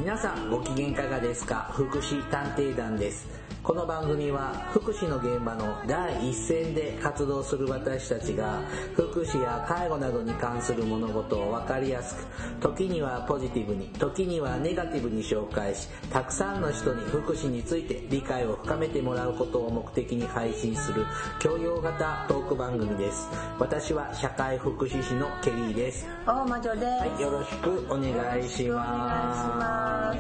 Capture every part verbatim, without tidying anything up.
皆さんご機嫌いかがですか？福祉探偵団です。この番組は福祉の現場の第一線で活動する私たちが福祉や介護などに関する物事を分かりやすく、時にはポジティブに、時にはネガティブに紹介し、たくさんの人に福祉について理解を深めてもらうことを目的に配信する教養型トーク番組です。私は社会福祉士のケリーです。 大魔女です。 はい、よろしくお願いします。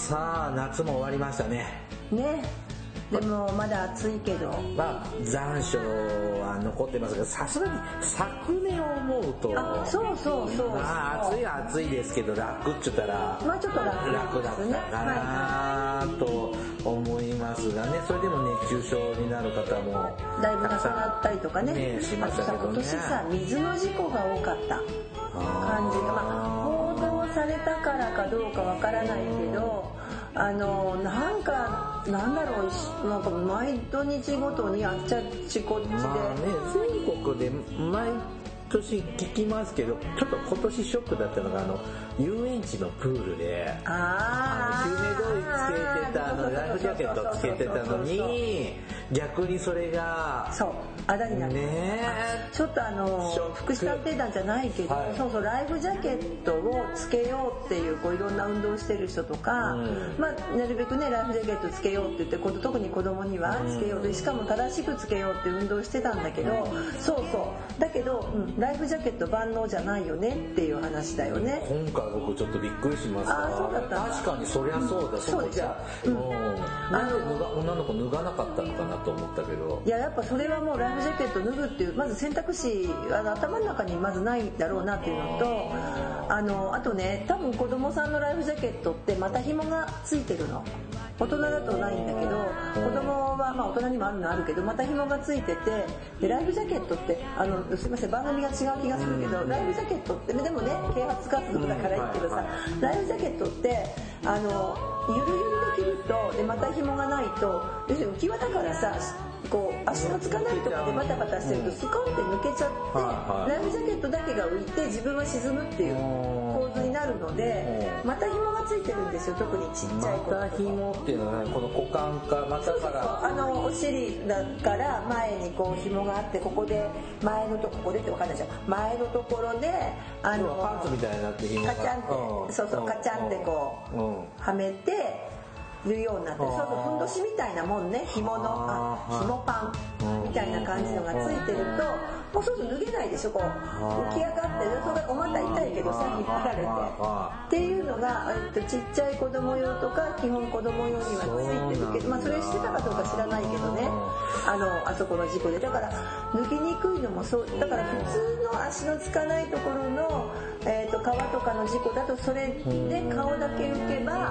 さあ、夏も終わりましたね。 ね。でもまだ暑いけど、 まあ残暑は残ってますけど、さすがに昨年を思うと、 あ、そうそうそう、 まあ暑いは暑いですけど、楽っちゅったらまあちょっと楽楽だったかなと思いますがね。それでも熱中症になる方もだいぶ亡くなったりとかね、 ねしましたけどね。 今年さ、水の事故が多かった感じが、まあ報道されたからかどうかわからないけど、あのなんかなんだろう、なんか毎土日ごとにあっちゃっちこっちで、 まあね、全国で毎年聞きますけど、ちょっと今年ショックだったのが、あの遊園地のプールで、あの救命胴衣つけてたの、ライフジャケットつけてたのに、逆にそれがそうあだになって、ね、ちょっとあの福祉探偵団じゃないけど、はい、そうそうライフジャケットをつけようっていう、こういろんな運動をしてる人とか、うん、まあなるべくねライフジャケットつけようって言って、特に子供にはつけようと、しかも正しくつけようって運動してたんだけど、うん、そうそうだけど、うん、ライフジャケット万能じゃないよねっていう話だよね。 今回僕ちょっとびっくりしました。 あ、そうだった。 確かにそりゃそうだ、うん、そこじゃ、うん、なんで脱が女の子脱がなかったのかなと思ったけど、 いややっぱそれはもうライフジャケット脱ぐっていうまず選択肢、あの頭の中にまずないだろうなっていうのと、あのあとね、多分子供さんのライフジャケットってまた紐がついてるの。大人だとないんだけど、子供はまあ大人にもあるのあるけど、また紐がついてて、でライフジャケットってあのすいません番組が違う気がするけど、ライフジャケットってでもね啓発活動だからいいけどさ、ライフジャケットってあのゆるゆるできると、でまた紐がないと、要するに浮き輪だからさ、こう足のつかないところでバタバタしてるとスコンって抜けちゃって、ライフジャケットだけが浮いて自分は沈むっていう構図になるので、また紐がついてるんですよ、特にちっちゃい子。 また紐っていうのは、ね、この股間かまたから、そうそうそう、 あのお尻だから前にこう紐があって、ここで前のとここでって分かんないじゃん、前のところであのパンツみたいになって紐がカチャンって、うん、そうそうカチャンってこう、うん、はめてるようになって、そうそうふんどしみたいなもんね、紐のあ紐パンみたいな感じのがついてると、もうそうそう脱げないでしょ、こう浮き上がって、それお股痛いけどさ引っ張られてっていうのが、えっとちっちゃい子供用とか基本子供用にはついてるけど、まあそれしてたかどうか知らないけどね、あのあそこの事故でだから脱ぎにくいのもそうだから、普通の足のつかないところの、えー、と川とかの事故だとそれで顔だけ浮けば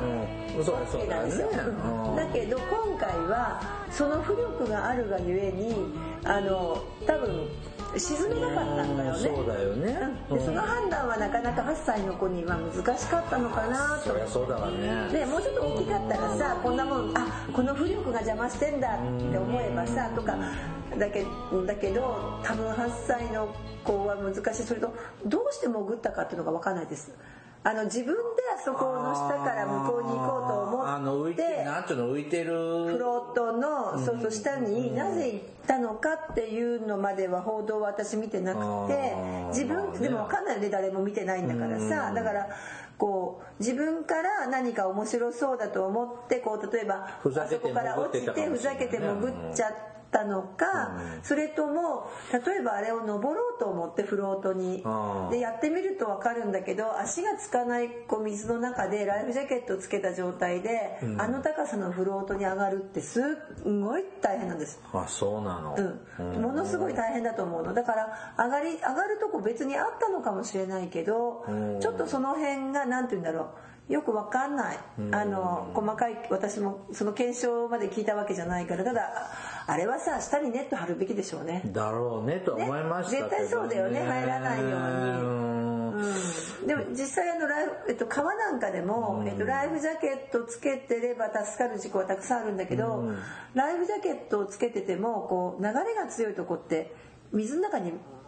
OK なんですよ。だけど今回はその浮力があるがゆえに、あの多分沈めなかったんだよね。 そうだよね、 うん、でその判断はなかなかはっさいの子には難しかったのかなと。 そりゃそうだわね。 でもうちょっと大きかったらさ、こんなもん、あこの浮力が邪魔してんだって思えばさとかだけだけど、多分はっさいの子は難しい。それとどうして潜ったかっていうのが分からないです。あの自分であそこの下から向こうに行こうと思って、 あの浮いてなんていうの浮いてるフロートのそうそう下になぜ行ったのかっていうのまでは報道は私見てなくて、自分でも分かんないよね、誰も見てないんだからさ。だからこう自分から何か面白そうだと思ってこう例えばあそこから落ちてふざけて潜っちゃってたのか、うん、それとも例えばあれを登ろうと思ってフロートにでやってみると分かるんだけど、足がつかないこう水の中でライフジャケットをつけた状態で、うん、あの高さのフロートに上がるってすっごい大変なんです。 あ、そうなの、 うん、ものすごい大変だと思うの。だから上がり上がるとこ別にあったのかもしれないけど、ちょっとその辺がなんて言うんだろう、よくわかんない、あの細かい、私もその検証まで聞いたわけじゃないから、ただあれはさ下にネット張るべきでしょうね。 だろうねと思いましたけどね。 絶対そうだよね、入らないように。うん、でも実際あのライフ、えっと、川なんかでも、えっと、ライフジャケットつけてれば助かる事故はたくさんあるんだけど、ライフジャケットをつけててもこう流れが強いとこって水の中に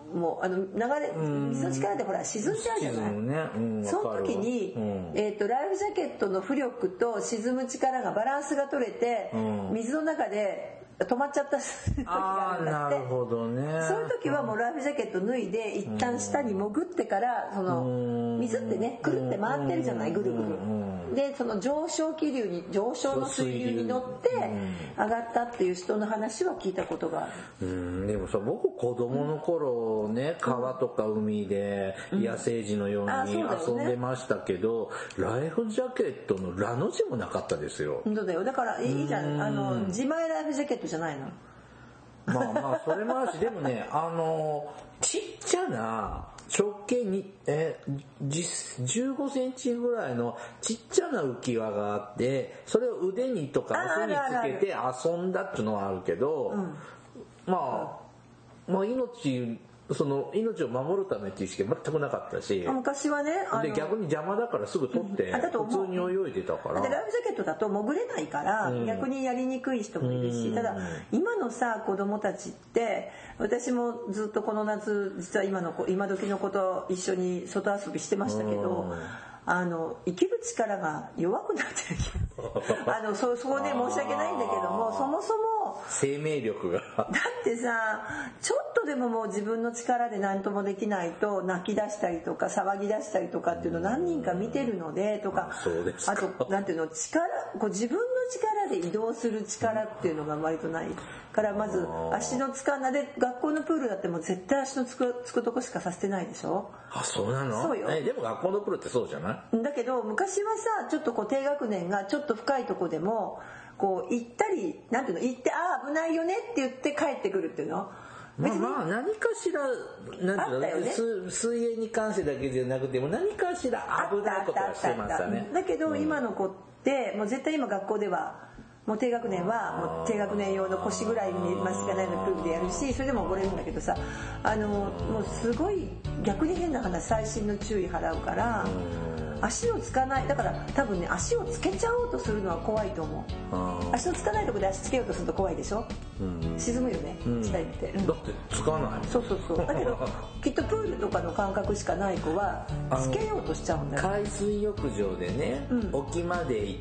もうあの流れ水の力でほら沈んじゃうじゃない、ねうん、その時に、うんえー、とライフジャケットの浮力と沈む力がバランスが取れて、うん、水の中で止まっちゃった時があるんだって。 なるほどね。 そういう時はもうライフジャケット脱いで一旦下に潜ってからその水ってねくるって回ってるじゃないぐるぐるでその上昇気流に上昇の水流に乗って上がったっていう人の話は聞いたことがある。 うんでもさ僕子供の頃ね川とか海で野生児のように遊んでましたけど、うんね、ライフジャケットのラの字もなかったですよ。 本当だよ。だからいいじゃんあの自前ライフジャケットじゃないの。 まあまあそれもあるしでもねあのちっちゃな直径にえじゅうごセンチぐらいのちっちゃな浮き輪があってそれを腕にとか足につけて遊んだっていうのはあるけど、うん、まあまあ命その命を守るためっていう意識は全くなかったし昔はねあで逆に邪魔だからすぐ取って普通に泳いでたからでライフジャケットだと潜れないから、うん、逆にやりにくい人もいるし、うん、ただ今のさ子供たちって私もずっとこの夏実は今の今時の子と一緒に外遊びしてましたけど、うんあの生きる力が弱くなってる気があの そ, そこで申し訳ないんだけどもそもそも生命力がだってさちょっとでももう自分の力で何ともできないと泣き出したりとか騒ぎ出したりとかっていうのを何人か見てるのでとかそうですかあとなんていうの力こう自分の力で移動する力っていうのが割とないからまず足のつかなで学校のプールだってもう絶対足のつくつくとこしかさせてないでしょ。 あそうなの。 そうよ。 えでも学校のプールってそうじゃないだけど昔はさちょっとこう低学年がちょっと深いとこでもこう行ったりなんていうの行ってああ危ないよねって言って帰ってくるっていうのまあまあ何かしらなんていうの、ね、水泳に関してだけじゃなくても何かしら危ないことはしてましたね。 だけど今の子ってもう絶対今学校ではもう低学年はもう低学年用の腰ぐらいにましかないのプールでやるしそれでも溺れるんだけどさあのもうすごい逆に変な話細心の注意払うから足をつかないだから多分ね足をつけちゃおうとするのは怖いと思う。足のつかないところで足つけようとすると怖いでしょ、うん、沈むよね、うん、下行って、うん、 だってつかないそうそうそうだけどきっとプールとかの感覚しかない子はつけようとしちゃうんだよ。 海水浴場でね、うん、沖まで行って、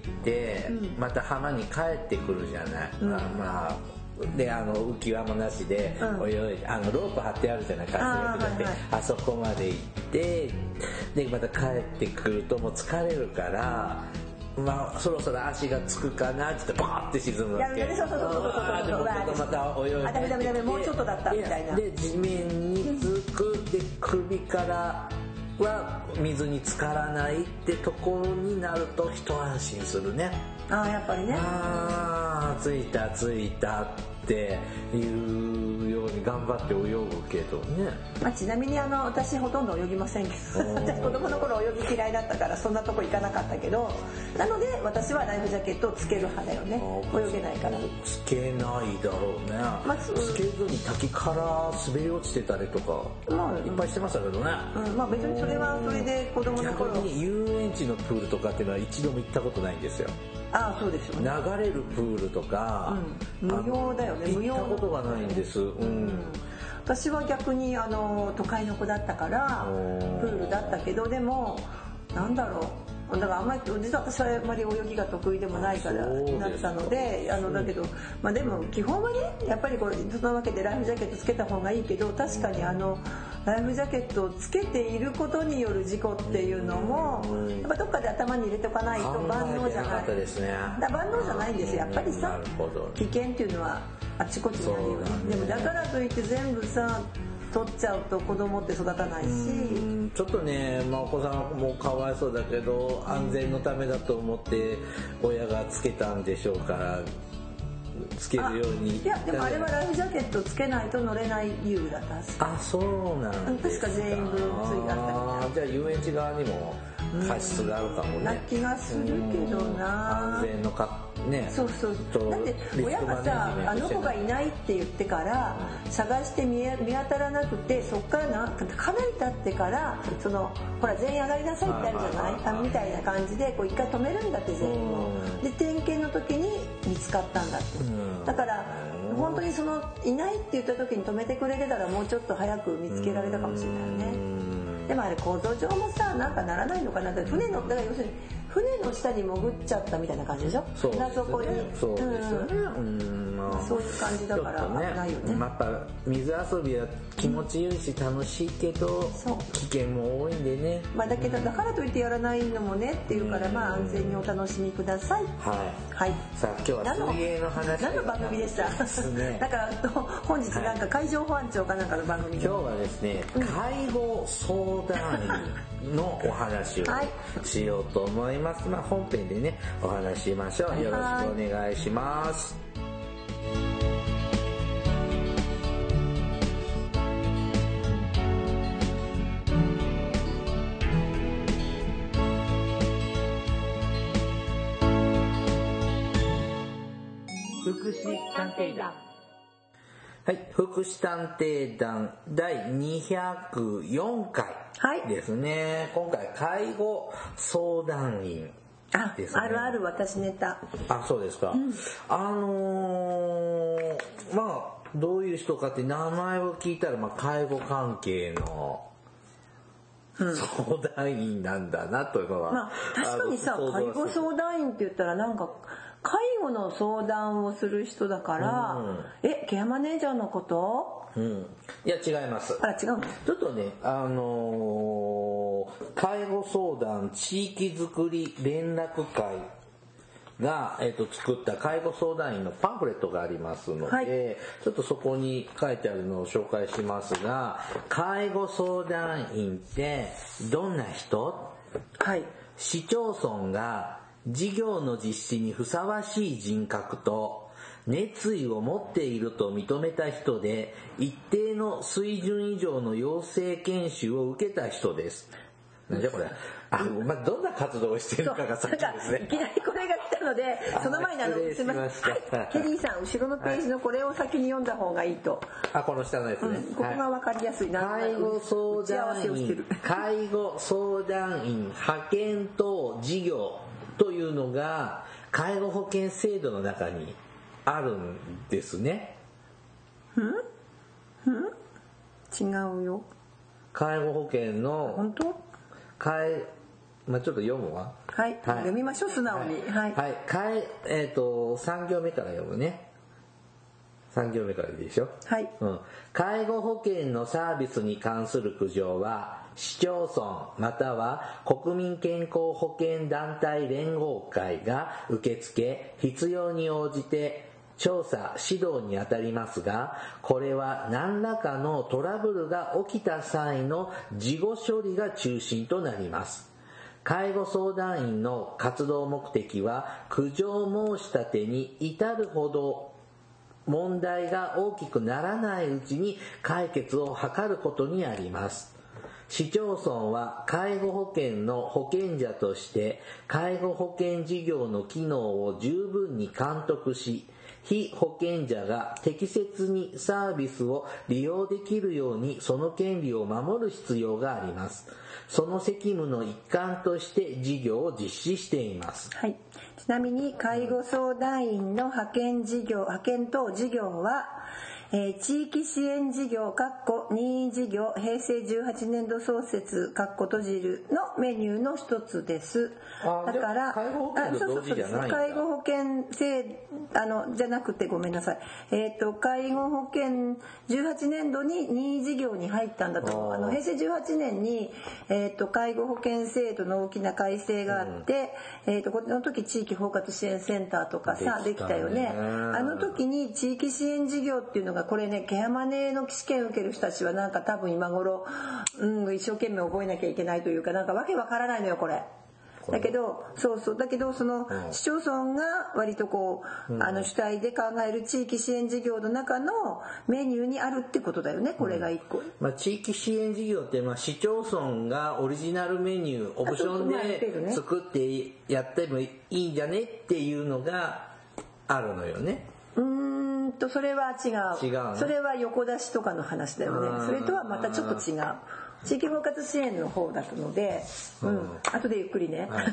うん、また浜に帰ってくるじゃない、うん、まあ、まあであの浮き輪もなしで泳いで、うん、あのロープ張ってあるじゃない海水浴場って あ,、はいはい、あそこまで行ってでまた帰ってくるともう疲れるからまあそろそろ足がつくかなってバーって沈むわけ。 そうそうそうそうそうそうまた泳いであダメダメダメもうちょっとだったみたいなで地面につくで首からは水に浸からないってところになると一安心するね。 ああやっぱりねああ着いた着いたっていうように頑張って泳ぐけどね、 まあ、ちなみにあの私ほとんど泳ぎませんけど私子供の頃泳ぎ嫌いだったからそんなとこ行かなかったけどなので私はライフジャケットをつける派だよね泳げないからつけないだろうね、まあ、つけずに滝から滑り落ちてたりとか、まあ、いっぱいしてましたけどね、 うんまあ、別にそれはそれで子供の頃逆に遊園地のプールとかっていうのは一度も行ったことないんですよ。 ああそうでしょうね。 流れるプールとか、 うん、無料だよね。無料行ったことがないんです、うんうん、 私は逆にあの都会の子だったからプールだったけどでもなんだろうだからあんまり実は私はあんまり泳ぎが得意でもないからなったのであのだけど、まあ、でも基本はねやっぱりこれそのわけでライフジャケットつけた方がいいけど確かにあのライフジャケットをつけていることによる事故っていうのもやっぱどっかで頭に入れておかないと万能じゃない。だ万能じゃないんですよやっぱりさ危険っていうのはあちこちにあるよね。でもだからといって全部さ取っちゃうと子供って育たないしちょっとね、まあ、お子さんもかわいそうだけど安全のためだと思って親がつけたんでしょうからつけるように。 いやでもあれはライフジャケットつけないと乗れない遊具だったはず。 あそうなんですか。 確か全員分ついてあったみたい。 じゃあ遊園地側にも過失があるかもね。 な気がするけどな。 安全のかね。 そうそう。だって親がさあの子がいないって言ってから探して見え見当たらなくてそっからなかなり経ってからそのほら全員上がりなさいってあるじゃないあみたいな感じでこう一回止めるんだって全員を。で点検の時に見つかったんだって。だから本当にそのいないって言った時に止めてくれてたらもうちょっと早く見つけられたかもしれないよね。でもあれ構造上もさなんかならないのかなって船のだから要するに船の下に潜っちゃったみたいな感じでしょ。 そうですね。 そこにそうですよね。うん、まあ、 そういう感じだから危ないよね。 やっぱ水遊びは気持ちいいし楽しいけど、うん、危険も多いんでね。 まあだけどだからといってやらないのもねっていうから、まあ安全にお楽しみください。 はいはい。 さあ今日は水泳の話。 何の番組でした。ですね。だから本日なんか海上保安庁かなんかの番組。 今日はですね、介護相談員のお話をしようと思います。まあ本編でねお話ししましょう。よろしくお願いします。福祉探偵団。はい、福祉探偵団だいにひゃくよんかいですね。はい、今回介護相談員ですね。 あ、あるある私ネタ。 あ、そうですか。うん、あのー、まあどういう人かって名前を聞いたら、まあ介護関係の相談員なんだなというのは、 まあ、確かにさ介護相談員って言ったらなんか介護の相談をする人だから、うん、えケアマネージャーのこと、 うん、いや違います。 あら違うの。 ちょっとねあのー、介護相談地域づくり連絡会が、えー、と作った介護相談員のパンフレットがありますので、はい、ちょっとそこに書いてあるのを紹介しますが、介護相談員ってどんな人？ はい、 市町村が事業の実施にふさわしい人格と熱意を持っていると認めた人で、一定の水準以上の養成研修を受けた人です。なんじゃこれ。あ、まあ、どんな活動をしているかが先ですね。 いきなりこれが来たので、その前にあの、すみません。はい、ケリーさん、後ろのページのこれを先に読んだ方がいいと。 あ、この下のやつね。 うん、ここがわかりやすいな。 介護相談員、介護相談員派遣等事業というのが介護保険制度の中にあるんですね。 ん？ん？違うよ。 介護保険の本当？ 介まあ、ちょっと読むわ。 はい。はい、読みましょう素直に。はい。 はい。介えっ、ー、とさん行目から読むね。さん行目からでいいでしょ。 はい。 うん。介護保険のサービスに関する苦情は市町村または国民健康保険団体連合会が受け付け、必要に応じて調査指導にあたりますが、これは何らかのトラブルが起きた際の事後処理が中心となります。介護相談員の活動目的は苦情申し立てに至るほど問題が大きくならないうちに解決を図ることにあります。市町村は介護保険の保険者として介護保険事業の機能を十分に監督し、被保険者が適切にサービスを利用できるようにその権利を守る必要があります。その責務の一環として事業を実施しています。 はい。ちなみに介護相談員の派遣事業、派遣等事業は、えー、地域支援事業任意事業平成じゅうはちねんど創設閉じるのメニューの一つです。だから介護保険と同時じゃないんだ。 介護保険制あのじゃなくてごめんなさい。えっ、ー、と介護保険じゅうはちねんどに任意事業に入ったんだと思う。あの平成じゅうはちねんにえっ、ー、と介護保険制度の大きな改正があって、うん、えっ、ー、とこの時地域包括支援センターとかさできたよね。あの時に地域支援事業っていうのがこれねケアマネーの試験受ける人たちはなんか多分今頃、うん、一生懸命覚えなきゃいけないというかなんかわけわからないのよこれ。だけどそうそうだけどその市町村が割とこう、うん、あの主体で考える地域支援事業の中のメニューにあるってことだよねこれが一個、うんまあ、地域支援事業ってまあ市町村がオリジナルメニューオプションで作ってやってもいいんじゃねっていうのがあるのよね。 うーんとそれは違う。 違う、ね、 それは横出しとかの話だよね。それとはまたちょっと違う。 地域包括支援の方だったので、うん、後でゆっくりね、 はい、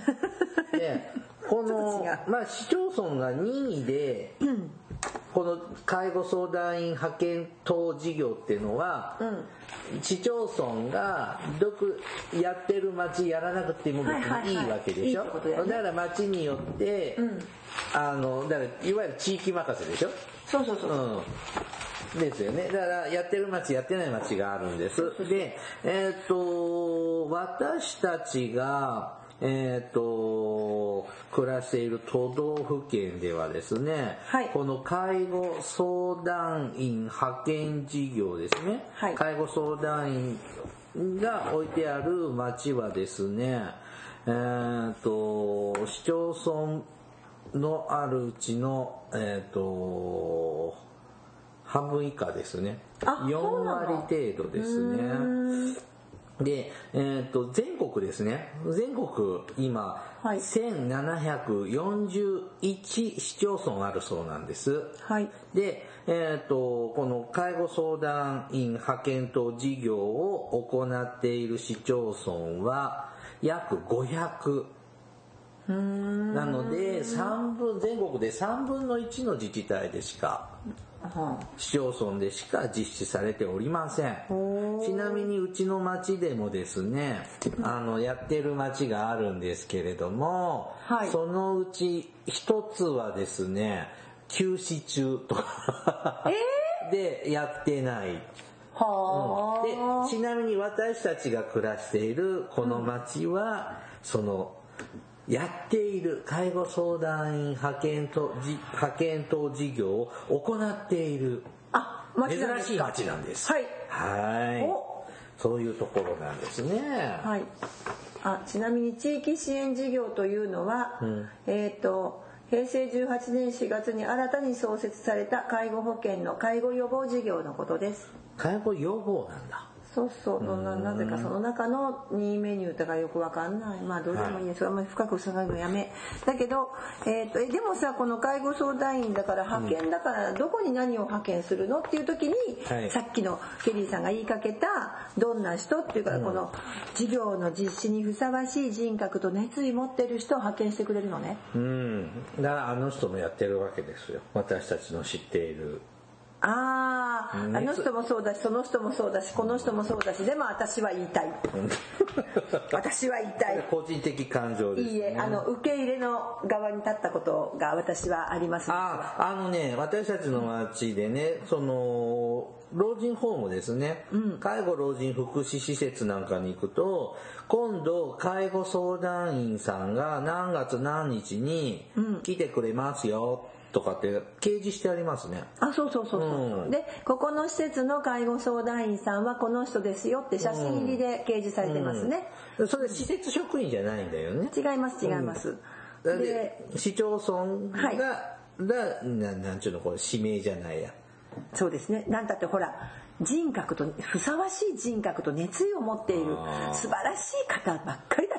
でこの、まあ、市町村が任意で、うん、この介護相談員派遣等事業っていうのは、うん、市町村が独やってる町やらなくても別にいいわけでしょ、はいはいはい、いいだから町によって、うん、あのだからいわゆる地域任せでしょ。 そうそうそう、 うん、ですよね。だからやってる町やってない町があるんです。で、えっと私たちがえっと暮らしている都道府県ではですね、はい、この介護相談員派遣事業ですね、はい、介護相談員が置いてある町はですね、えっと市町村のあるうちのえっと半分以下ですね。よんわり程度ですね。で、えー、と全国ですね。全国今、はい、せんななひゃくよんじゅういち市町村あるそうなんです。はい、で、えー、とこの介護相談員派遣等事業を行っている市町村は約ごひゃく。うーんなのでさんぶん全国でさんぶんのいちの自治体でしか、市町村でしか実施されておりません。ちなみにうちの町でもですね、あのやってる町があるんですけれども、はい、そのうち一つはですね休止中とか、えー、でやってない。はうん、でちなみに私たちが暮らしているこの町は、うん、そのやっている介護相談員派遣等派遣等事業を行っている珍しい町なんです。はい。はい。そういうところなんですね。 はい。あ、ちなみに地域支援事業というのは、うん、えっと平成じゅうはちねんしがつに新たに創設された介護保険の介護予防事業のことです。 介護予防なんだ。 そうそう、な, なぜかその中のにメニューとかよくわかんない。まあどうでもいいです。あんまり深く探るのやめ。だけど、えーと、えでもさ、この介護相談員だから派遣だからどこに何を派遣するのっていう時に、はい、さっきのケリーさんが言いかけたどんな人っていうか、うん、この事業の実施にふさわしい人格と熱意持ってる人を派遣してくれるのね。 うん。だからあの人もやってるわけですよ。私たちの知っている。 ああ、あの人もそうだし、その人もそうだし、この人もそうだし、でも私は言いたい。私は言いたい。 個人的感情ですね。 いいえ、あの受け入れの側に立ったことが私はあります。 あ、あのね、私たちの町でね、その老人ホームですね、うん、介護老人福祉施設なんかに行くと、今度介護相談員さんが何月何日に来てくれますよ。うんとかって掲示してありますね。 あ、そうそうそうそう、うん、でここの施設の介護相談員さんはこの人ですよって写真入りで掲示されてますね、 うんうん、それ施設職員じゃないんだよね。 違います違います、 うん、で市町村が、はい、がななんちゅうのこれ指名じゃないや。 そうですね。なんだってほら人格とふさわしい人格と熱意を持っている素晴らしい方ばっかりだって。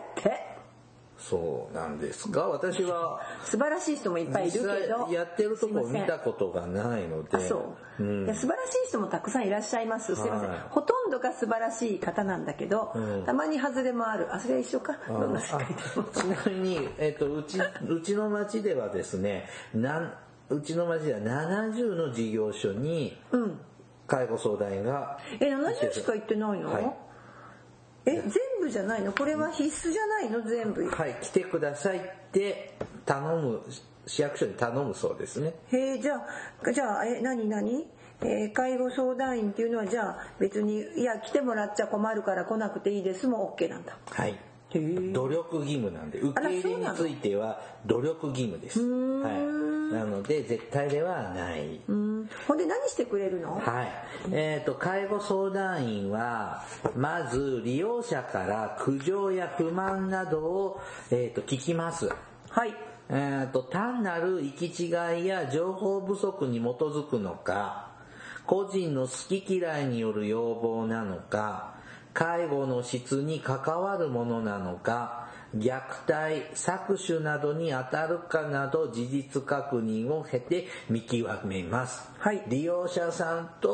そうなんですか。私は素晴らしい人もいっぱいいるけどやってるところを見たことがないので。 あ、そう、うん、いや素晴らしい人もたくさんいらっしゃいます。すいません、はい、ほとんどが素晴らしい方なんだけど、うん、たまに外れもある。あ、それは一緒か。どんな世界でも。 ちなみに、えっと、うちうちの町ではですね、なんうちの町ではななじゅうの事業所に介護相談員が、 うん、えななじゅうしか行ってないの？はい、え全部じゃないの？これは必須じゃないの？全部。 はい、来てくださいって頼む、市役所に頼むそうですね。 へえ、じゃあじゃあえ何何、えー、介護相談員っていうのはじゃあ別にいや来てもらっちゃ困るから来なくていいですも OK なんだ。 はい。努力義務なんで、受け入れについては努力義務です。はい。なので絶対ではない。 うん。ほんで何してくれるの？ はい。えっと介護相談員はまず利用者から苦情や不満などをえっと聞きます。 はい。 えっと単なる行き違いや情報不足に基づくのか、個人の好き嫌いによる要望なのか、介護の質に関わるものなのか、虐待、搾取などに当たるかなど事実確認を経て見極めます。はい、利用者さんと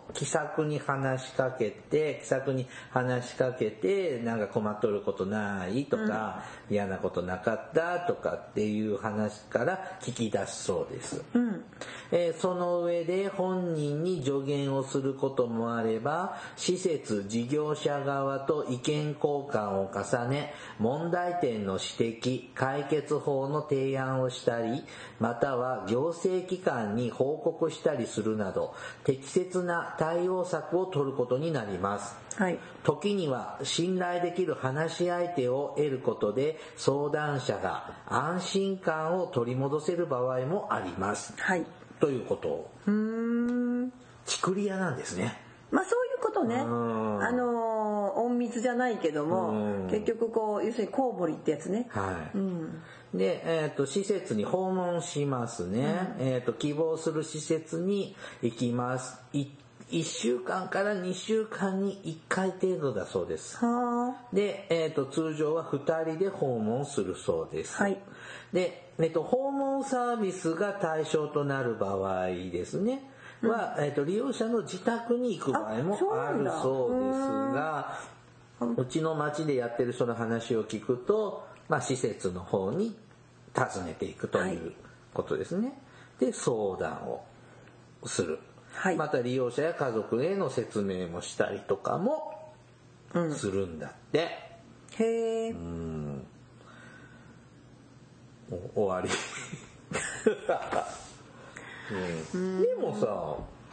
気さくに話しかけて気さくに話しかけてなんか困っとることないとか、うん、嫌なことなかったとかっていう話から聞き出すそうです、うんえー、その上で本人に助言をすることもあれば施設事業者側と意見交換を重ね問題点の指摘解決法の提案をしたりまたは行政機関に報告したりするなど適切な対応策を取ることになります、はい、時には信頼できる話し相手を得ることで相談者が安心感を取り戻せる場合もあります、はい、ということをうーんチクリ屋なんですね。 まあそういうことね、あのー、隠密じゃないけども結局こう要するにコウモリってやつね、はいうん、 で、えー、と施設に訪問しますね、うんえー、と希望する施設に行きます。いいっしゅうかんからにしゅうかんにいっかい程度だそうです。はで、えー、と通常はふたりで訪問するそうです、はいでえー、と訪問サービスが対象となる場合ですねは、うんえー、と利用者の自宅に行く場合もあるそうですが、うちの町でやってる人の話を聞くと、まあ、施設の方に訪ねていくということですね、はい、で相談をする、はい、また利用者や家族への説明もしたりとかもするんだって、うん、へーうんお終わりうん、でもさ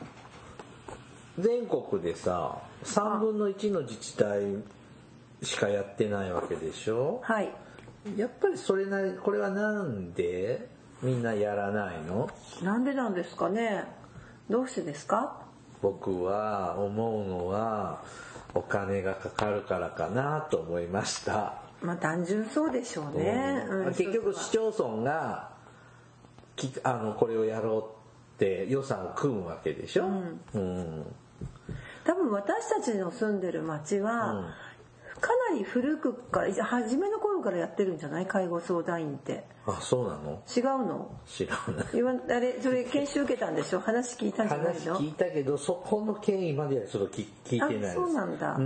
全国でささんぶんのいちの自治体しかやってないわけでしょ。はいやっぱりそれなりこれはなんでみんなやらないの？ なんでなんですかね。どうしてですか？ 僕は思うのはお金がかかるからかなと思いました。 まあ単純そうでしょうね、 うん、結局市町村がきあのこれをやろうって予算を組むわけでしょ、うんうん、 多分私たちの住んでる町は、うん、かなり古くから初めの頃からやってるんじゃない？介護相談員って。 あ、そうなの？ 違うの？ 知らない。 言わあれそれ研修受けたんでしょ？話聞いたんじゃないの？ 話聞いたけどそこの経緯まではちょっと聞いてないです。 あ、そうなんだ。うん。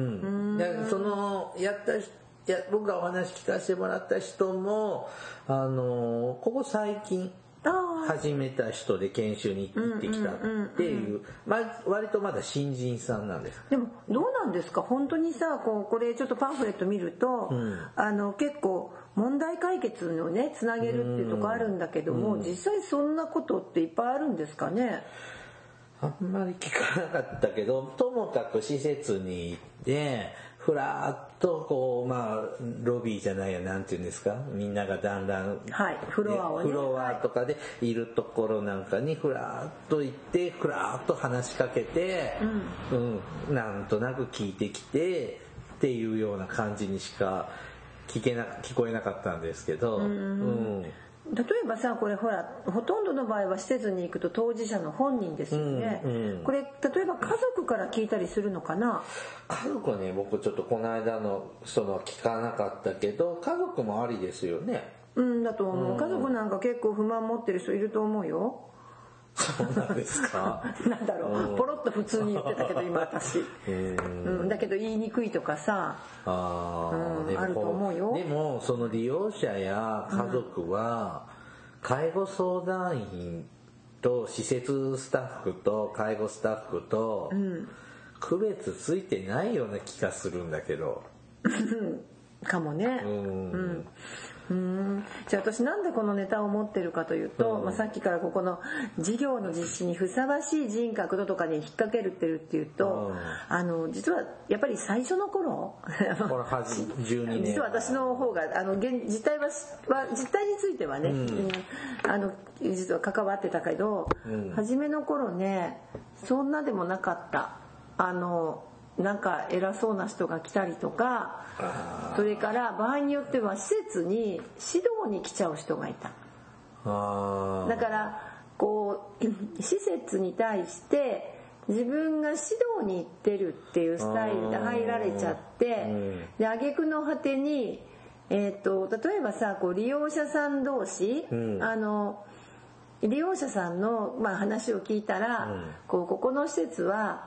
だからそのやったいや僕がお話聞かせてもらった人もあのここ最近始めた人で研修に行ってきたっていう、まあ、割とまだ新人さんなんです。 でもどうなんですか本当にさこうこれちょっとパンフレット見ると、うん、あの結構問題解決をねつなげるっていうとこあるんだけども、うん、実際そんなことっていっぱいあるんですかね。 あんまり聞かなかったけどともかく施設に行ってふらーっとこうまあロビーじゃないやなんていうんですかみんながだんだん、 はい、フロアをねフロアとかでいるところなんかにふらーっと行ってふらーっと話しかけて、うんうん、なんとなく聞いてきてっていうような感じにしか聞けな聞こえなかったんですけど、うん、うん例えばさこれほらほとんどの場合は施設に行くと当事者の本人ですよね、うんうん、これ例えば家族から聞いたりするのかな。 家族ね僕ちょっとこの間のその聞かなかったけど家族もありですよね。 うんだと思う、うん、家族なんか結構不満持ってる人いると思うよ。 そうなんですか。 なんだろう、うん、ポロッと普通に言ってたけど今私、うん、だけど言いにくいとかさ あ,、うん、あると思うよ。 でもその利用者や家族は介護相談員と施設スタッフと介護スタッフと区別ついてないような気がするんだけどかもね。うん、うんうーんじゃあ私なんでこのネタを持ってるかというと、うんまあ、さっきからここの事業の実施にふさわしい人格度とかに引っ掛けるってるっていうと、うん、あの実はやっぱり最初の頃じゅうにねん実は私の方があの現実態は実態についてはね、うん、あの実は関わってたけど、うん、初めの頃ねそんなでもなかった。あのなんか偉そうな人が来たりとかそれから場合によっては施設に指導に来ちゃう人がいた。あだからこう施設に対して自分が指導に行ってるっていうスタイルで入られちゃってで挙句の果てに、えー、と例えばさこう利用者さん同士、うん、あの利用者さんの、まあ、話を聞いたら、うん、こうここの施設は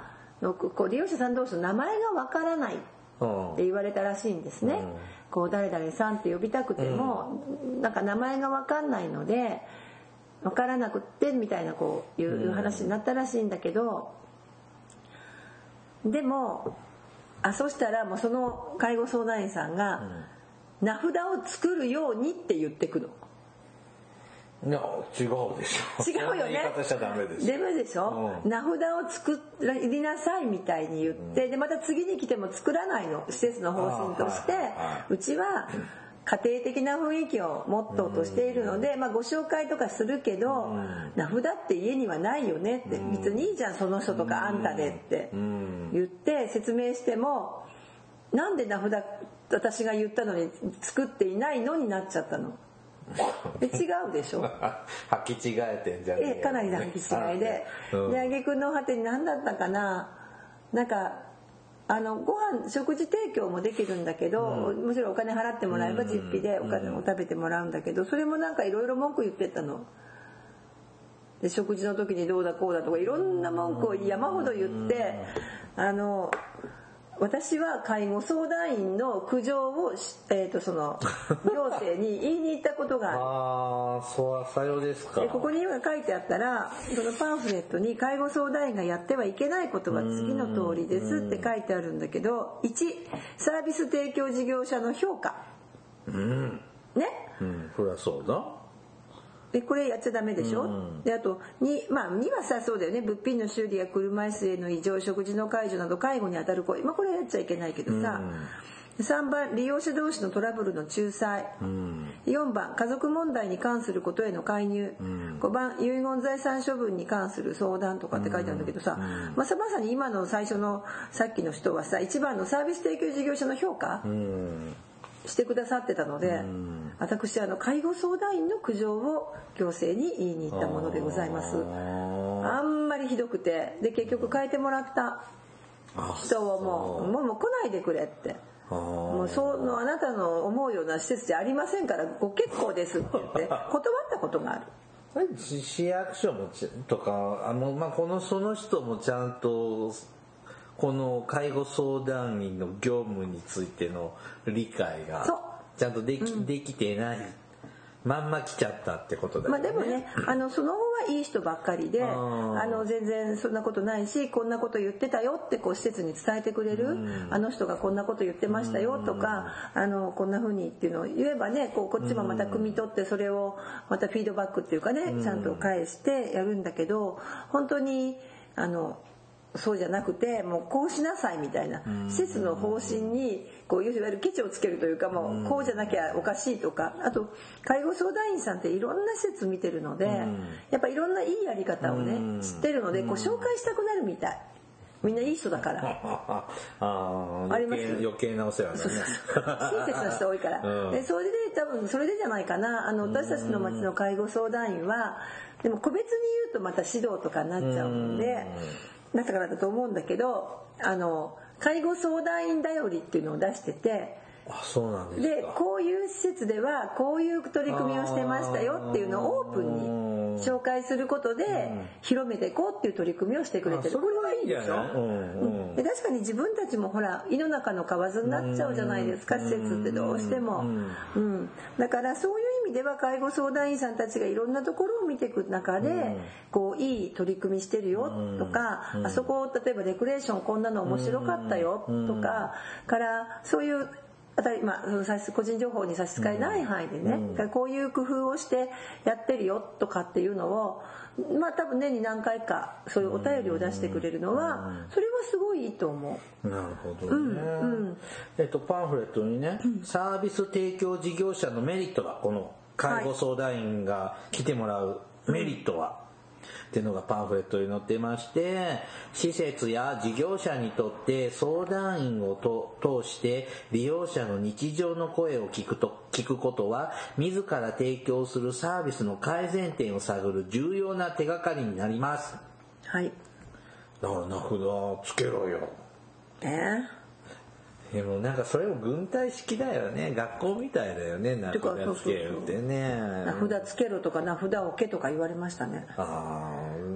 のこう利用者さん同士の名前がわからないって言われたらしいんですね、うん、こう誰々さんって呼びたくても、うん、なんか名前がわかんないのでわからなくってみたいなこういう話になったらしいんだけど、でもあそしたらもうその介護相談員さんが、うん、名札を作るようにって言ってくの。 いや違うでしょ。 違うよね。 言い方しちゃダメです。 ダメでしょ、うん、名札を作りなさいみたいに言って、うん、でまた次に来ても作らないの、施設の方針として、はいはいはい、うちは家庭的な雰囲気をモットーとしているので、まあ、ご紹介とかするけど、うん、名札って家にはないよねって、うん、別にいいじゃんその人とかあんたでって言って説明しても、なんで名札私が言ったのに作っていないのになっちゃったの。え違うでしょ履き違えてんじゃねえよ、 えかなりの履き違いで、うん、で挙句の果てに何だったかな、なんかあのご飯食事提供もできるんだけど、うん、もちろんお金払ってもらえば実費でお金を食べてもらうんだけど、それもなんかいろいろ文句言ってたので、食事の時にどうだこうだとかいろんな文句を山ほど言って、あの私は介護相談員の苦情を、えー、とその行政に言いに行ったことがある。 ああ、そうはさようですか。 でここに今書いてあったら、そのパンフレットに介護相談員がやってはいけないことは次の通りですって書いてあるんだけど、いちサービス提供事業者の評価、 うんね、 うん、そりゃそうだ。 でこれやっちゃダメでしょ、うん、であと に, まあにはさそうだよね、物品の修理や車椅子への異常、食事の介助など介護に当たる行為、まあ、これやっちゃいけないけどさ、うん、さんばん利用者同士のトラブルの仲裁、うん、よんばん家族問題に関することへの介入、うん、ごばん遺言財産処分に関する相談とかって書いてあるんだけどさ、うんまあ、まさに今の最初のさっきの人はさ、いちばんのサービス提供事業者の評価、うんしてくださってたので、うん、私あの介護相談員の苦情を行政に言いに行ったものでございます。 あ, あんまりひどくて、で結局変えてもらった人をもうもうもう来ないでくれって、もうそのあなたの思うような施設じゃありませんからご結構ですって言って断ったことがある。 市役所もとかあの、まあ、このその人もちゃんとこの介護相談員の業務についての理解がちゃんとで き,、うん、できてないまんま来ちゃったってことだよね。 まあ、でもね、あのその後はいい人ばっかりで、あの全然そんなことないし、こんなこと言ってたよってこう施設に伝えてくれる、うん、あの人がこんなこと言ってましたよとか、うん、あのこんな風にっていうのを言えばね、こうこっちもまた汲み取ってそれをまたフィードバックっていうかね、ちゃんと返してやるんだけど、本当にあのそうじゃなくて、もうこうしなさいみたいな施設の方針にこういわゆるケチをつけるというか、もうこうじゃなきゃおかしいとか、あと介護相談員さんっていろんな施設見てるので、やっぱいろんないいやり方をね知ってるので、こう紹介したくなるみたい。みんないい人だからあああります、余計なお世話だね。そうそうそう親切な人多いから、うん、でそれで多分それでじゃないかな、あの私たちの町の介護相談員はでも個別に言うとまた指導とかになっちゃうので、だからだと思うんだけど、あの介護相談員だよりっていうのを出してて、 あ、そうなんですか。 でこういう施設ではこういう取り組みをしてましたよっていうのをオープンに紹介することで広めていこうっていう取り組みをしてくれてる。これはいいでしょ、うんうん、で確かに自分たちもほら胃の中の蛙になっちゃうじゃないですか、施設ってどうしても、うん、だからそういう意味では介護相談員さんたちがいろんなところを見ていく中で、こういい取り組みしてるよとか、あそこ例えばレクレーションこんなの面白かったよとかからそういうあたり、まあ、その差し個人情報に差し支えない範囲でね、うん、こういう工夫をしてやってるよとかっていうのを、まあ多分年に何回かそういうお便りを出してくれるのは、それはすごいいいと思う。なるほどね、うんうん、えっとパンフレットにね、うん、サービス提供事業者のメリットは、この介護相談員が来てもらうメリットは、はいっていうのがパンフレットに載ってまして、施設や事業者にとって相談員をと通して利用者の日常の声を聞くと聞くことは、自ら提供するサービスの改善点を探る重要な手がかりになります。 はい。 だから名札つけろよ。 えーでもなんかそれも軍隊式だよね。学校みたいだよね。名札つけるってね。 名札つけろとか名札置けとか言われましたね。 ああ、うーん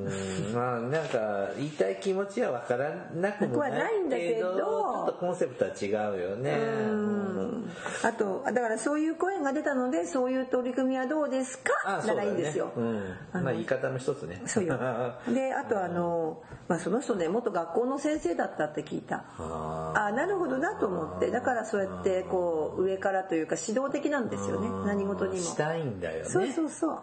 んまあなんか言いたい気持ちは分からなくもないんだけど、ちょっとコンセプトは違うよね。 うんあとだからそういう声が出たので、そういう取り組みはどうですかならいいんですよ。 あ、そうだね、うん、まあ言い方の一つね。 そうよ。であとあの、まあ、その人ね元学校の先生だったって聞いた。ああなるほどなと思って、だからそうやってこう上からというか指導的なんですよね、何事にも。 したいんだよね。 そうそうそう。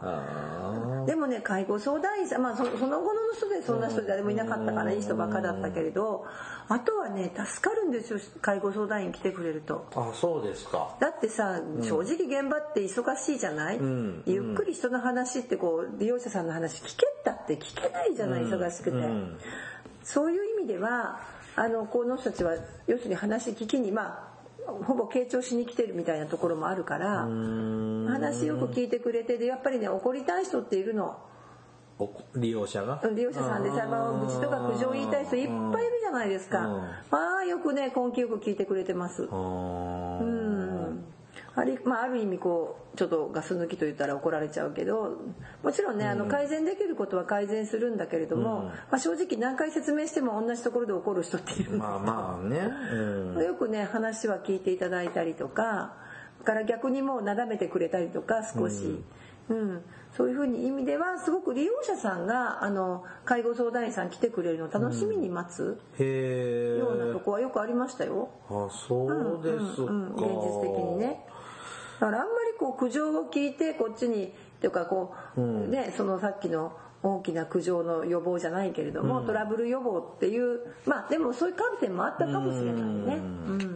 でもね介護相談員さん、まあそその後の人でそんな人誰もいなかったからいい人ばっかだったけれど、あとはね助かるんですよ、介護相談員来てくれると。 あ、そうですか。 だってさ、正直現場って忙しいじゃない、うん、ゆっくり人の話ってこう利用者さんの話聞けたって聞けないじゃない、忙しくて、うん、そういう意味ではあのこの人たちは要するに話聞きにまあほぼ傾聴しに来てるみたいなところもあるから、話よく聞いてくれて、でやっぱりね怒りたい人っているの。 利用者が利用者さんでさ、まあ、愚痴とか苦情を言いたい人いっぱいいるじゃないですか。まあよくね根気よく聞いてくれてます。うんあれ、まあ、ある意味こうちょっとガス抜きと言ったら怒られちゃうけど、もちろんねあの改善できることは改善するんだけれども、うんまあ、正直何回説明しても同じところで怒る人っているんですよ。まあまあね、うん、よくね話は聞いていただいたりとかから逆にもうなだめてくれたりとか少し、うんうん、そういうふうに意味ではすごく利用者さんがあの介護相談員さん来てくれるのを楽しみに待つ、うん、ようなとこはよくありましたよ。 あ、そうですか、うんうんうん、 現実的にね。だからあんまりこう苦情を聞いてこっちにというかこう、うん、ねそのさっきの大きな苦情の予防じゃないけれども、うん、トラブル予防っていうまあでもそういう観点もあったかもしれないね。うん。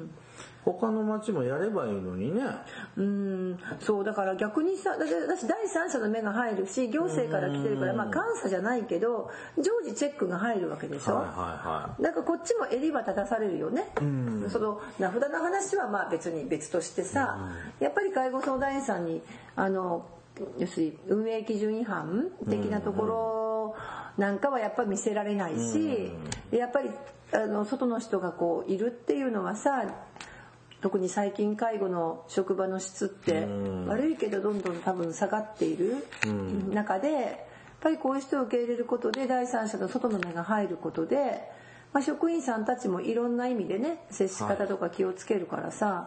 他の町もやればいいのにね。 うんそうだから逆にさ私第三者の目が入るし行政から来てるからまあ監査じゃないけど常時チェックが入るわけでしょ、はいはいはい、だからこっちも襟は立たされるよね。うんその名札の話はまあ別に別としてさ、やっぱり介護相談員さんにあの要するに運営基準違反的なところなんかはやっぱり見せられないし、やっぱりあの外の人がこういるっていうのはさ、特に最近介護の職場の質って悪いけどどんどん多分下がっている中で、やっぱりこういう人を受け入れることで第三者の外の目が入ることで、まあ、職員さんたちもいろんな意味でね接し方とか気をつけるからさ、はい、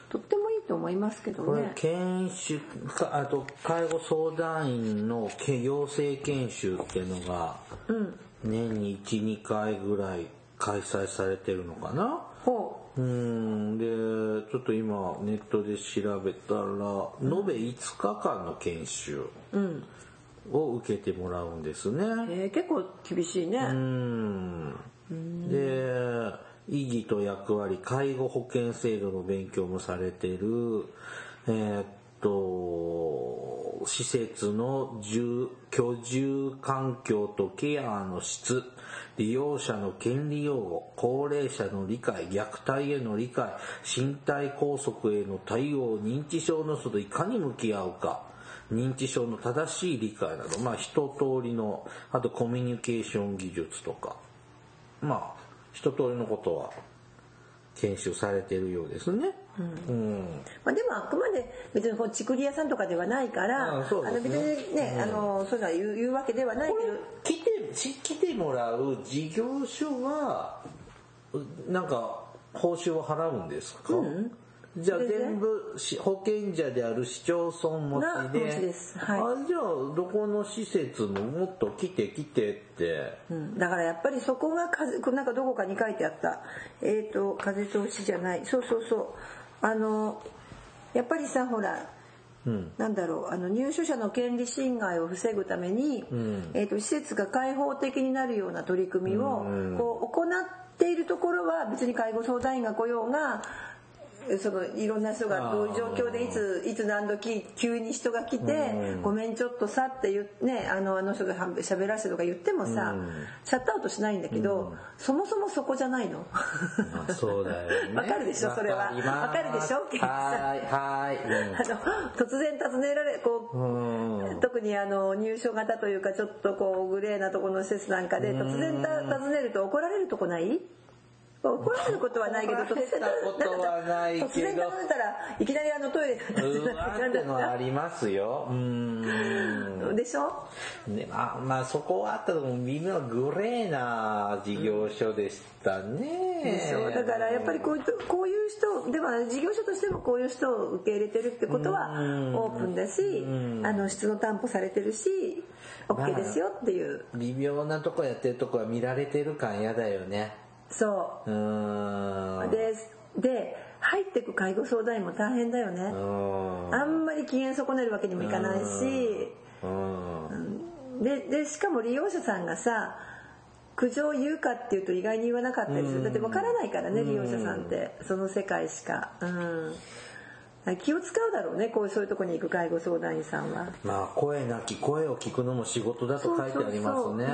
とってもいいと思いますけどね。 これ研修かあと介護相談員の養成研修っていうのが年に いち,に 回ぐらい開催されてるのかな。ほううんでちょっと今ネットで調べたら、うん、延べいつかかんの研修を受けてもらうんですね。 えー、結構厳しいね。 うんで意義と役割介護保険制度の勉強もされてるえー、っと施設の居住環境とケアの質、利用者の権利擁護、高齢者の理解、虐待への理解、身体拘束への対応、認知症の人といかに向き合うか、認知症の正しい理解など、まあ一通りの、あとコミュニケーション技術とか、まあ一通りのことは研修されているようですね。うんうんまあ、でもあくまで別にちくり屋さんとかではないから、あ、そうですね、あの別にね、うん、あのそういうのは言う、言うわけではないけど、 来て来てもらう事業所はなんか報酬を払うんですか？うん、じゃあ全部保険者である市町村持ちで、持ちです、はい、あじゃあどこの施設ももっと来て来てって、 うん、だからやっぱりそこが風なんかどこかに書いてあったえっ、ー、と風通しじゃないそうそうそうあのやっぱりさほら、うん、なんだろうあの入所者の権利侵害を防ぐために、うんえー、と施設が開放的になるような取り組みを、うん、こう行っているところは別に介護相談員が来ようがそのいろんな人がどういう状況でいついつ何時急に人が来て「ごめんちょっとさ」って言ってねあのあの人が喋らせてとか言ってもさシャットアウトしないんだけどそもそもそこじゃないの。 そうだよね。 わかるでしょそれは。わかるでしょ。 はいはい。 あの突然訪ねられこう特にあの入所型というかちょっとこうグレーなところの施設なんかで突然た訪ねると怒られるとこない？ 怒られることはないけど、 怒られたことはないけど、 突然頼んだらいきなりあのトイレうわーってのはありますよ。うーん。 でしょ。 ね、まあ、まあそこはあったとも微妙グレーな事業所でしたね。 でしょ。だからやっぱりこういうこういう人でも事業所としてもこういう人を受け入れてるってことはオープンだし、あの質の担保されてるし OK ですよっていう、 まあ、微妙なとこやってるとこは見られてる感やだよね。 そう。うーんでで入ってく介護相談員も大変だよね。あんまり機嫌損ねるわけにもいかないし、うんででしかも利用者さんがさ苦情を言うかっていうと意外に言わなかったりする。だって分からないからね、利用者さんってその世界しか、うん、気を使うだろうね、こういうそういうとこに行く介護相談員さんは。 まあ声なき声を聞くのも仕事だと書いてありますね。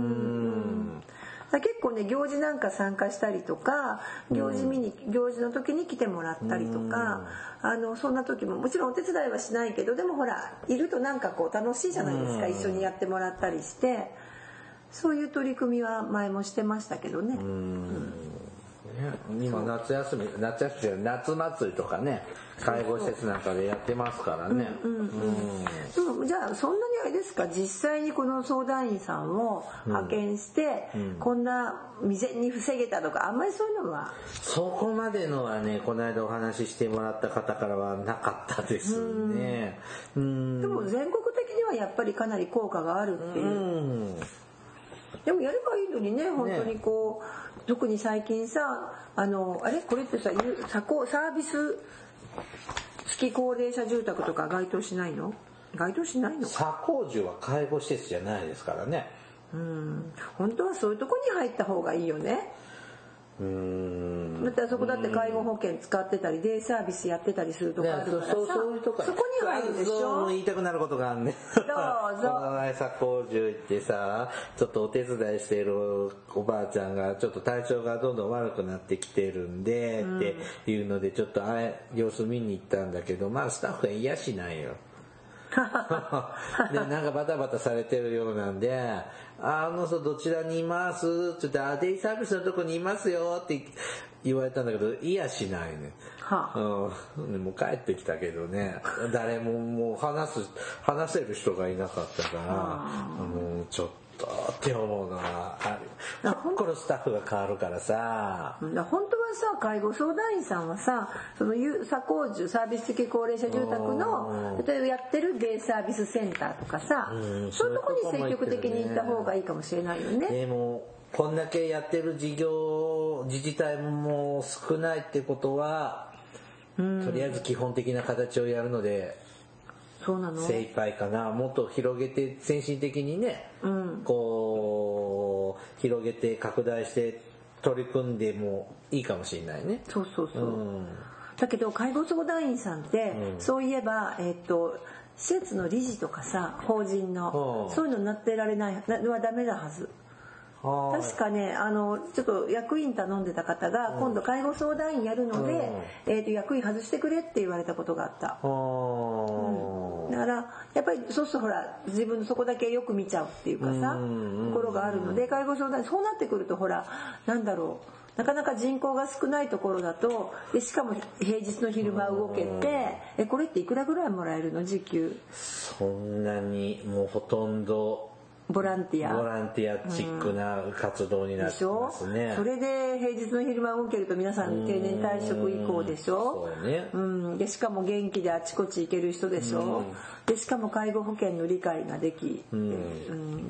結構ね行事なんか参加したりとか行事見に、うん、行事の時に来てもらったりとか、うん、あのそんな時ももちろんお手伝いはしないけどでもほらいるとなんかこう楽しいじゃないですか、うん、一緒にやってもらったりしてそういう取り組みは前もしてましたけどね。うんうん今夏休み夏休みじゃない夏祭りとかね介護施設なんかでやってますからね。 じゃあそんなにあれですか、実際にこの相談員さんを派遣して、うんうん、こんな未然に防げたとかあんまりそういうのはそこまでのはねこの間お話ししてもらった方からはなかったですね。 うんうんでも全国的にはやっぱりかなり効果があるっていう、うんでもやればいいのにね本当にこう、ね、特に最近さあのあれこれってさサービス付き高齢者住宅とか該当しないの？該当しないの？ サコージュは介護施設じゃないですからね。 うん本当はそういうとこに入った方がいいよね。うーんだってあそこだって介護保険使ってたりデイサービスやってたりするとかあるからさ、 そうそういうとこそこに入るでしょ。 言いたくなることがあるね。 どうぞ。 この前さ工場行ってさちょっとお手伝いしているおばあちゃんがちょっと体調がどんどん悪くなってきてるんで、うん、っていうのでちょっとあ様子見に行ったんだけどまあスタッフが癒しないよ。でなんかバタバタされてるようなんであの人どちらにいますって言ってあデイサービスのとこにいますよって言われたんだけどいやしないね、はあうん、もう帰ってきたけどね誰ももう話す話せる人がいなかったから、はあ、もうちょっとって思うのはある。このスタッフが変わるからさ本当はさ介護相談員さんはさそのサコージュサービス付き高齢者住宅の例えばやってるデイサービスセンターとかさ、うん、そういうとこに積極的に行った方がいいかもしれないよね。 でもこんだけやってる事業自治体も少ないってことは、うん、とりあえず基本的な形をやるのでそうなの精一杯かな。もっと広げて先進的にね、うん、こう広げて拡大して取り組んでもいいかもしれないね。 そうそうそう、うん、だけど介護相談員さんって、うん、そういえばえー、っと施設の理事とかさ法人の、うん、そういうのになってられないのはダメなはず。確かねあのちょっと役員頼んでた方が今度介護相談員やるので、うんえー、と役員外してくれって言われたことがあった、うん、だからやっぱりそうするとほら自分のそこだけよく見ちゃうっていうかさ、うん、ところがあるので介護相談員そうなってくるとほらなんだろうなかなか人口が少ないところだとでしかも平日の昼間動けてえこれっていくらぐらいもらえるの時給。 そんなにもうほとんどボランティアボランティアチックな活動になってますね、 うん、それで平日の昼間動けると皆さん定年退職以降でしょ。そうね、うん、でしかも元気であちこち行ける人でしょ、うん、でしかも介護保険の理解ができ、うんうん、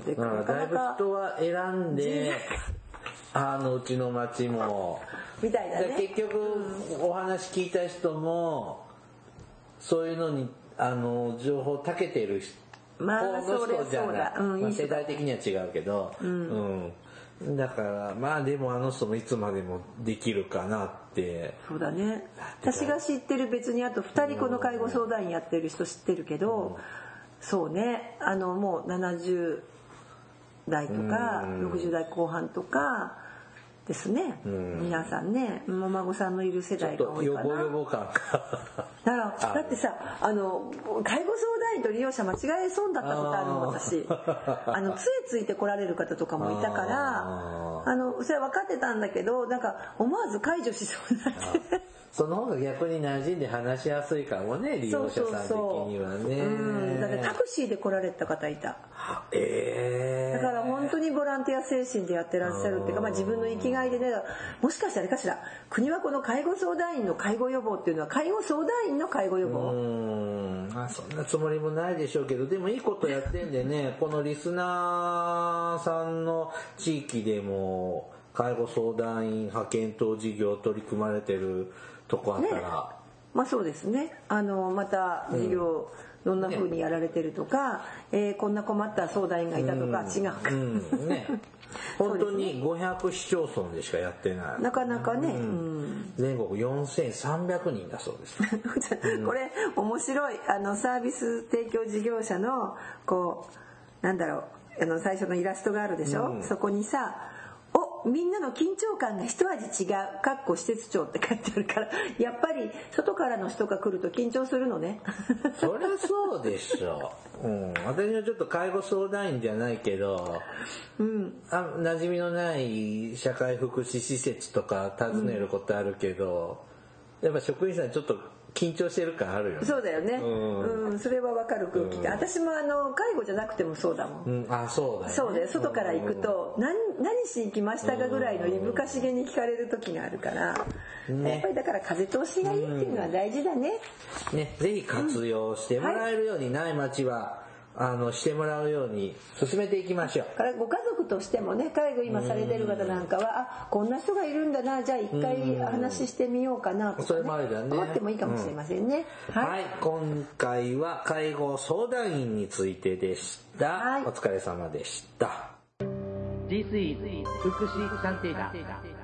でなかなかだいぶ人は選んであのうちの町もみたいなね。 結局お話聞いた人もそういうのにあの情報たけてる人まあそれそうだ、 うんまあ、世代的には違うけど、うんうん、だからまあでもあの人もいつまでもできるかなって。 そうだね。私が知ってる別にあとふたりこの介護相談員やってる人知ってるけど、うん、そうねあのもうななじゅうだいとか、うん、ろくじゅうだいこう半とかですね、うん、皆さんねお孫さんのいる世代が多いかな。ちょっとヨボヨボ感だからだってさあの介護相談員と利用者間違えそうだったことあるの私あの杖ついて来られる方とかもいたからあのそれは分かってたんだけど、なんか思わず解除しそうになってその方が逆に馴染んで話しやすいかもね、利用者さん的にはね。そうそうそう、うん、 だってタクシーで来られた方いた。 えー、 だから本当にボランティア精神でやってらっしゃるっていうか、まあ、自分の生きがいでね、もしかしたらあれかしら、国はこの介護相談員の介護予防っていうのは介護相談員の介護予防、 うん、あ、そんなつもりもないでしょうけど、でもいいことやってんでね、このリスナーさんの地域でも介護相談員派遣等事業取り組まれてるとこあったら、ね、 まあそうですね、あのまた事業、うん、どんな風にやられてるとか、ね、えー、こんな困った相談員がいたとか、うん、違うか、 うんね、本当にごひゃく市町村でしかやってない、 なかなかね、うんうん、全国よんせんさんびゃくにんだそうです、 うん、これ面白い、あのサービス提供事業者のこうなんだろう、あの最初のイラストがあるでしょ、うん、そこにさ、お、みんなの緊張感が一味違う、かっこ施設長って書いてあるから、やっぱり外からの人が来ると緊張するのね。 そりゃそうでしょう、うん、私はちょっと介護相談員じゃないけど、うん、あ、馴染みのない社会福祉施設とか訪ねることあるけど、うん、やっぱ職員さんちょっと緊張してる感あるよね。 そうだよね、うん、うん、それは分かる空気感、うん、私もあの介護じゃなくてもそうだもん、 うん、あ、そうだよね、 そうで、外から行くと、うん、何, 何しに来ましたかぐらいのいぶかしげに聞かれる時があるから、ね、やっぱりだから風通しがいいっていうのは大事だね、 うん、ね、ぜひ活用してもらえるように、ない町はあのしてもらうように進めていきましょう。 からご家族としてもね、介護今されてる方なんかは、あ、こんな人がいるんだな、じゃあ一回話してみようかなとか、ね、 それもありだね、 思ってもいいかもしれませんね、 うん、はい、はい、今回は介護相談員についてでした、はい、お疲れ様でした。 This is 福祉探偵団。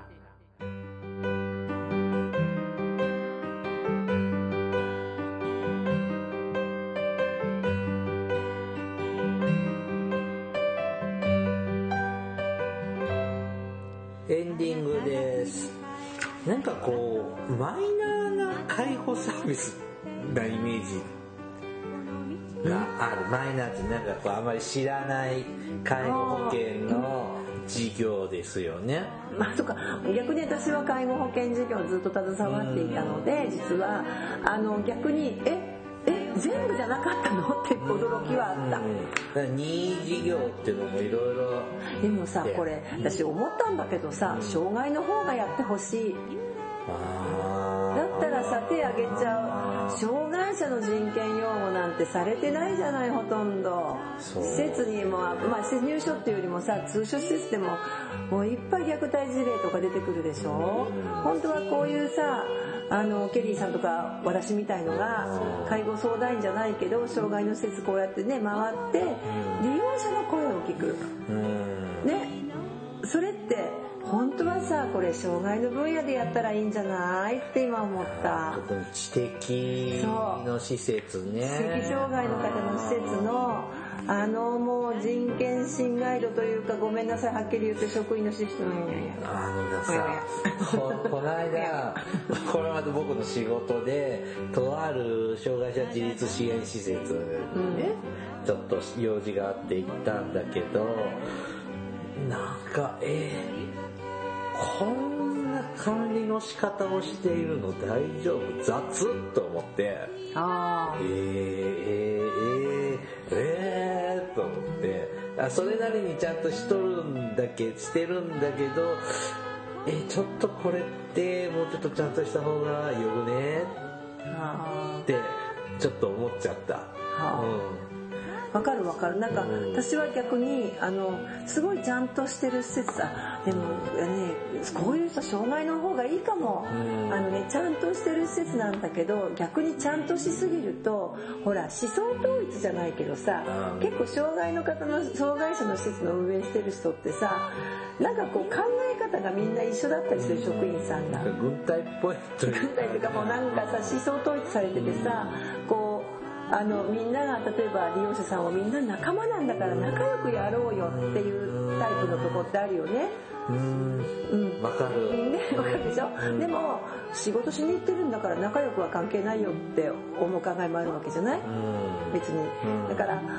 エンディングです。なんかこうマイナーな介護サービスなイメージがある。マイナーってなんかこうあまり知らない介護保険の事業ですよね。 まあ、とか逆に私は介護保険事業をずっと携わっていたので、実はあの逆にええ全部じゃなかったのって驚きはあった、 うん、任意事業っていうのもいろいろ。 でもさ、これ私思ったんだけどさ、障害の方がやってほしい。あ、だったらさ、手挙げちゃう。障害者の人権擁護なんてされてないじゃない、ほとんど。施設にも、まあ、入所っていうよりもさ、通所施設でももういっぱい虐待事例とか出てくるでしょ。本当はこういうさ、あのケリーさんとか私みたいのが介護相談員じゃないけど障害の施設こうやってね回って利用者の声を聞く、ね、それって本当はさ、これ障害の分野でやったらいいんじゃないって今思った。 特に知的の施設ね、 知的障害の方の施設のあのもう人権侵害度というか、ごめんなさいはっきり言って職員のシステムあのさこ, この間これまた僕の仕事でとある障害者自立支援施設にね、うん、ちょっと用事があって行ったんだけど、なんかえー、こんな管理の仕方をしているの大丈夫、雑と思って、あーえーえーえーえーと思って、あ、それなりにちゃんとしとるんだけしてるんだけど、えちょっとこれってもうちょっとちゃんとした方がよくねってちょっと思っちゃった。はあ、うんわかるわかる。なんか私は逆にあのすごいちゃんとしてる施設だ。でもね、こういうさ障害の方がいいかも。あのね、ちゃんとしてる施設なんだけど、逆にちゃんとしすぎるとほら思想統一じゃないけどさ、結構障害の方の障害者の施設の運営してる人ってさ、なんかこう考え方がみんな一緒だったりする、職員さんが軍隊っぽい軍隊とかもなんかさ思想統一されててさ、こうあのみんなが例えば利用者さんはみんな仲間なんだから仲良くやろうよっていうタイプのとこってあるよね。 うーん、わ、うん、かる。 ね、わかるでしょ、うん、でも仕事しに行ってるんだから仲良くは関係ないよって思う考えもあるわけじゃない、うん、別に、うん、だから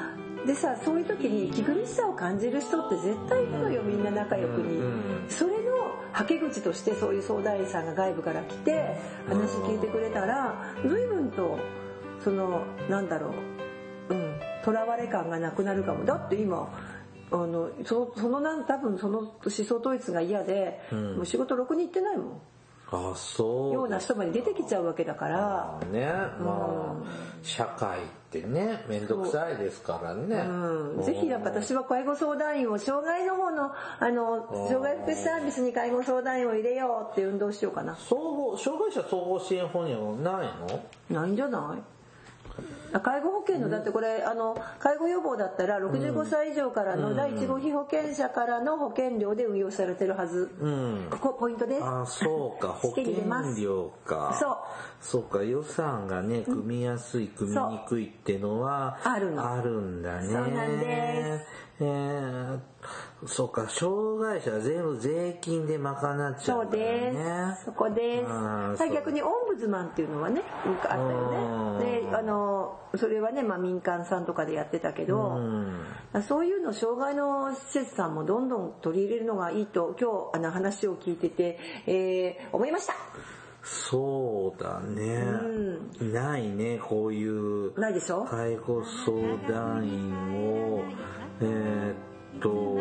でさ、そういう時に息苦しさを感じる人って絶対いるのよ、みんな仲良くに。それのはけ口としてそういう相談員さんが外部から来て話聞いてくれたら、随分とそのなんだろう、うん、囚われ感がなくなるかも。だって今あの そ, そのなん多分その思想統一が嫌で、うん、もう仕事ろくに行ってないもん。 あ、そうような人まで出てきちゃうわけだから。 ね、まあ、うん、社会ってね、めんどくさいですからね。 うん、ぜひなんか私は介護相談員を障害の方のあの障害福祉サービスに介護相談員を入れようって運動しようかな。 総合障害者総合支援法にはないの？ ないんじゃない？介護保険のだってこれあの介護予防だったらろくじゅうごさい以上からの第一号被保険者からの保険料で運用されてるはず、うん、ここポイントです。 あ、そうか、保険料か。 そうそうか、予算がね組みやすい、組みにくいってのはあるの、あるんだね。 そうなんです。 えー、そうか、障害者は全部税金で賄っちゃうんだよね。 そうです。そこです。逆にオンブズマンっていうのはね、あったよね。で、あのそれはね、まあ、民間さんとかでやってたけど、うん、そういうの障害の施設さんもどんどん取り入れるのがいいと今日あの話を聞いてて、えー、思いました。 そうだね、うん、ないね、こういうないでしょ、 介護相談員をえー、っと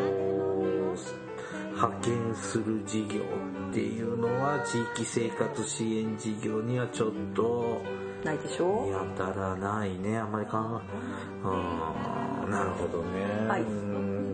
派遣する事業っていうのは地域生活支援事業にはちょっとないでしょ、 やたらないね、あんまり考え、あ、なるほどね、はい、うん、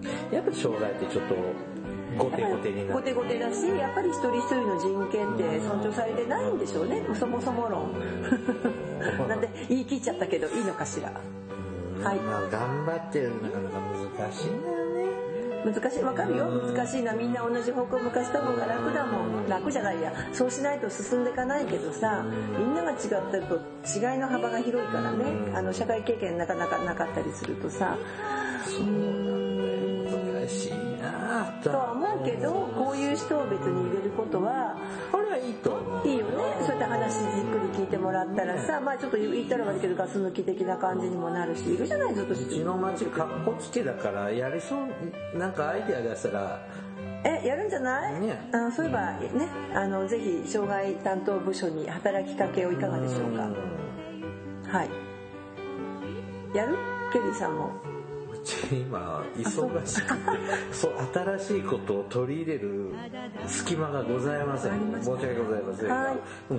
やっぱり障害ってちょっとゴテゴテになる、 ゴテゴテだし、やっぱり一人一人の人権って尊重されてないんでしょうね、そもそも論なんで言い切っちゃったけどいいのかしら、 はい、まあ、頑張ってるのがなかなか難しいんだよね。 難しい、わかるよ、難しいな、みんな同じ方向向かした方が楽だもん。楽じゃないや、そうしないと進んでいかないけどさ、みんなが違ってると違いの幅が広いからね、あの社会経験なかなかなかったりするとさ、 そう難しいなとは思うけど、こういう人を別に入れることはこれはいいと思う。 いいよね、そういった話じっくり聞いてもらったらさ、まあちょっと言ったら悪いけどガス抜き的な感じにもなるし、いるじゃない、ずっと。うちの町かっこつけだからやりそう、なんかアイデア出したらえやるんじゃない、ね、あそういえばね、あのぜひ障害担当部署に働きかけをいかがでしょうか。はい、やる？ケリーさんも。 うち今忙しくてそう新しいことを取り入れる隙間がございません。申し訳ございませんが、はい、うん、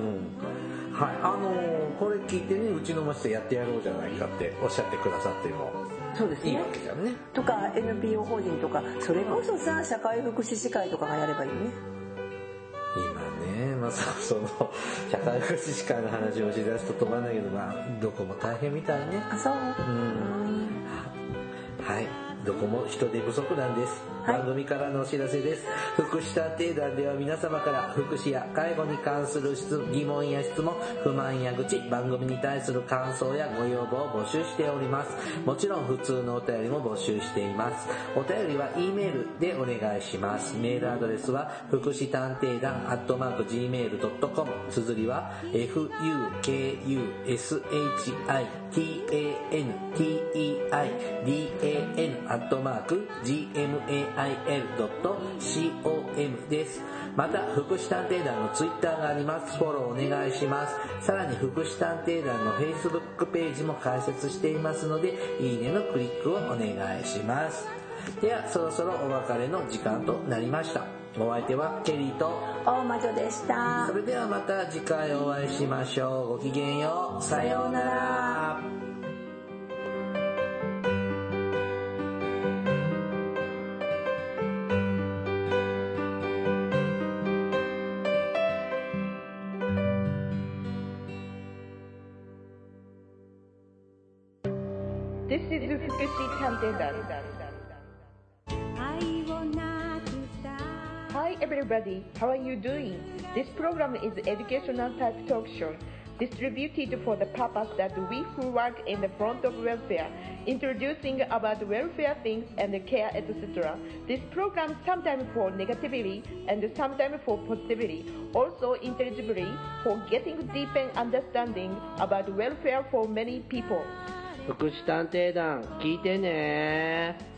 はい、あのー、これ聞いてね、うちの町でやってやろうじゃないかっておっしゃってくださってもそうですね、 いいわけじゃんね。 とか エヌピーオー 法人とか、それこそさ社会福祉士会とかがやればいいね。 今ね、まあ、その社会福祉士会の話をしだすと飛ばないけど、まあどこも大変みたいね。 あ、そう、うん、 はい、どこも人手不足なんです、はい、番組からのお知らせです。福祉探偵団では皆様から福祉や介護に関する疑問や質問、不満や愚痴、番組に対する感想やご要望を募集しております。もちろん普通のお便りも募集しています。お便りは E メールでお願いします。メールアドレスは福祉探偵団アットマーク ジーメールドットコム、 綴りは エフユーケーユーエスエイチアイティーエーエヌティーイーアイディーエーエヌアットマーク ジーエムエーアイエルドットコム です。また福祉探偵団のツイッターがあります。フォローお願いします。さらに福祉探偵団の Facebook ページも開設していますので、いいねのクリックをお願いします。ではそろそろお別れの時間となりました。お相手はケリーと大魔女でした。 それではまた次回お会いしましょう。ごきげんよう。さようなら。 This is 福祉探偵団。Hi everybody, how are you doing? This program is educational type talk show distributed for the purpose that we who work in the front of welfare, introducing about welfare things and care, et cetera. This program sometimes for negativity and sometimes for positivity, also intelligibly for getting deep understanding about welfare for many people. 福祉探偵団聞いてね。